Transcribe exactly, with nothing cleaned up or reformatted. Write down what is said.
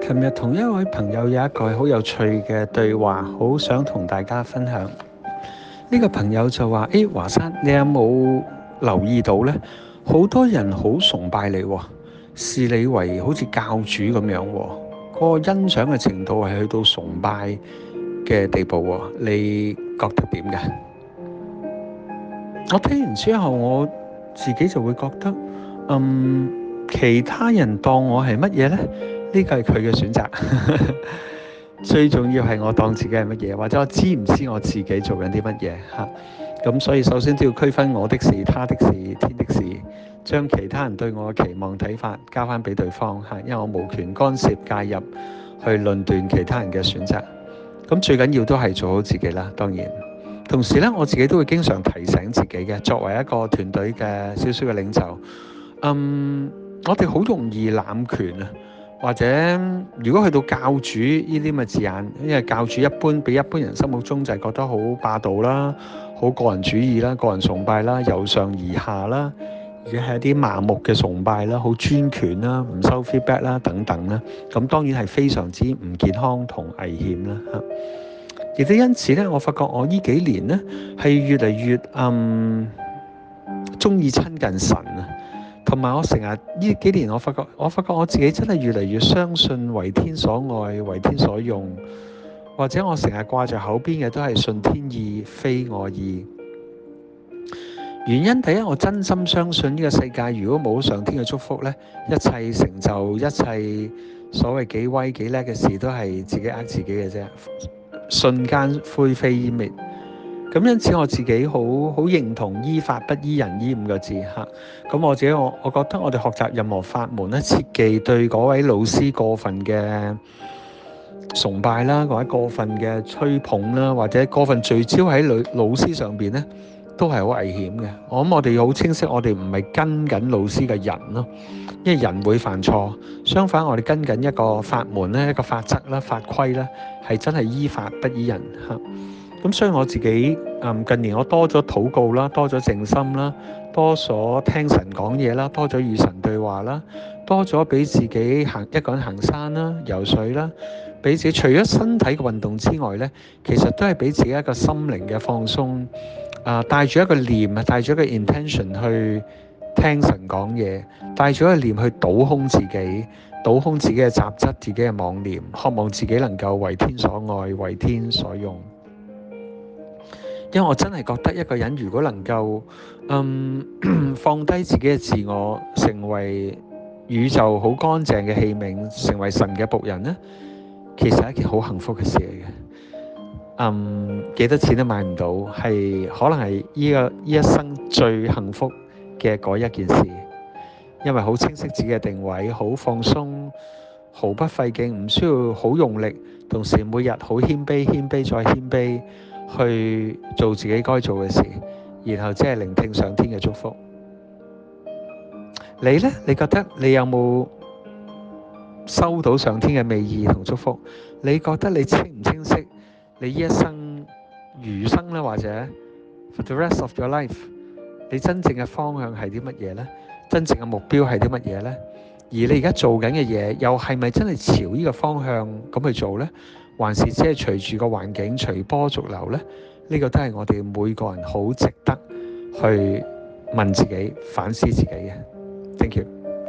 琴日同一位朋友有一個好有趣嘅對話，好想同大家分享。呢個朋友就話：誒，華山，你有冇留意到呢？好多人好崇拜你喎，視你為好似教主咁樣喎，嗰個欣賞嘅程度係去到崇拜嘅地步喎。你覺得點嘅？我聽完之後，我自己就會覺得，嗯，其他人當我係乜嘢呢？呢個係佢嘅選擇，最重要係我當自己係乜嘢，或者我知唔知我自己做緊啲乜嘢嚇。咁所以首先都要區分我的事、他的事、天的事，將其他人對我嘅期望睇法交翻俾對方嚇，因為我無權干涉介入去論斷其他人嘅選擇。咁最緊要都係做好自己啦，當然。同時咧，我自己都會經常提醒自己嘅，作為一個團隊嘅少少嘅領袖，嗯，我哋好容易濫權啊。或者如果去到教主呢啲咁嘅字眼，因為教主一般俾一般人心目中就係覺得好霸道啦、好個人主義啦、個人崇拜啦、由上而下啦，而且係一啲麻木嘅崇拜啦、好專權啦、唔收 feedback 啦等等啦，咁當然係非常之唔健康同危險啦嚇。亦都因此咧，我發覺我呢幾年咧係越嚟越嗯鍾意親近神啊。同埋我成日呢幾年，我發覺我發覺我自己真係越嚟越相信為天所愛、為天所用，或者我成日掛在口邊嘅都係順天意非我意。原因第一，我真心相信呢個世界如果冇上天嘅祝福呢，一切成就、一切所謂幾威幾叻嘅事都係自己呃自己嘅啫，瞬間灰飛煙滅。咁因此我自己好好認同依法不依人依五個字嚇。咁我自己我我覺得我哋學習任何法門咧，切忌對嗰位老師過分嘅崇拜啦，或者過分嘅吹捧啦，或者過分聚焦喺老老師上邊咧，都係好危險嘅。我諗我哋好清晰，我哋唔係跟緊老師嘅人咯，因為人會犯錯。相反，我哋跟緊一個法門咧，一個法則啦、法規啦，係真係依法不依人嚇。咁所以我自己嗯近年我多咗禱告啦，多咗靜心啦，多咗聽神講嘢啦，多咗與神對話啦，多咗俾自己行一個人行山啦、游水啦，俾自己除咗身體嘅運動之外咧，其實都係俾自己一個心靈嘅放鬆。啊、呃，帶住一個念啊，帶住一個 intention 去聽神講嘢，帶住一個念去倒空自己，倒空自己嘅雜質、自己嘅妄念，渴望自己能夠為天所愛、為天所用。因為我真係覺得一個人如果能夠嗯放低自己嘅自我，成為宇宙好乾淨嘅器皿，成為神嘅僕人咧，其實係一件好幸福嘅事嚟嘅。嗯，幾多錢都買唔到，係可能係呢個呢一生最幸福嘅嗰一件事。因為好清晰自己嘅定位，好放鬆，毫不費勁，唔需要好用力，同時每日好謙卑，謙卑再謙卑。去做自己該做嘅事，然後即係聆聽上天嘅祝福。你呢？你覺得你有冇收到上天嘅美意同祝福？你覺得你清唔清晰？你呢一生餘生咧，或者 for the rest of your life， 你真正嘅方向係啲乜嘢呢？真正嘅目標係啲乜嘢呢？而你而家做緊嘅嘢，又係咪真係朝呢個方向咁去做呢？還是只係隨住個環境隨波逐流呢？呢個都係我哋每個人好值得去問自己、反思自己嘅。Thank you。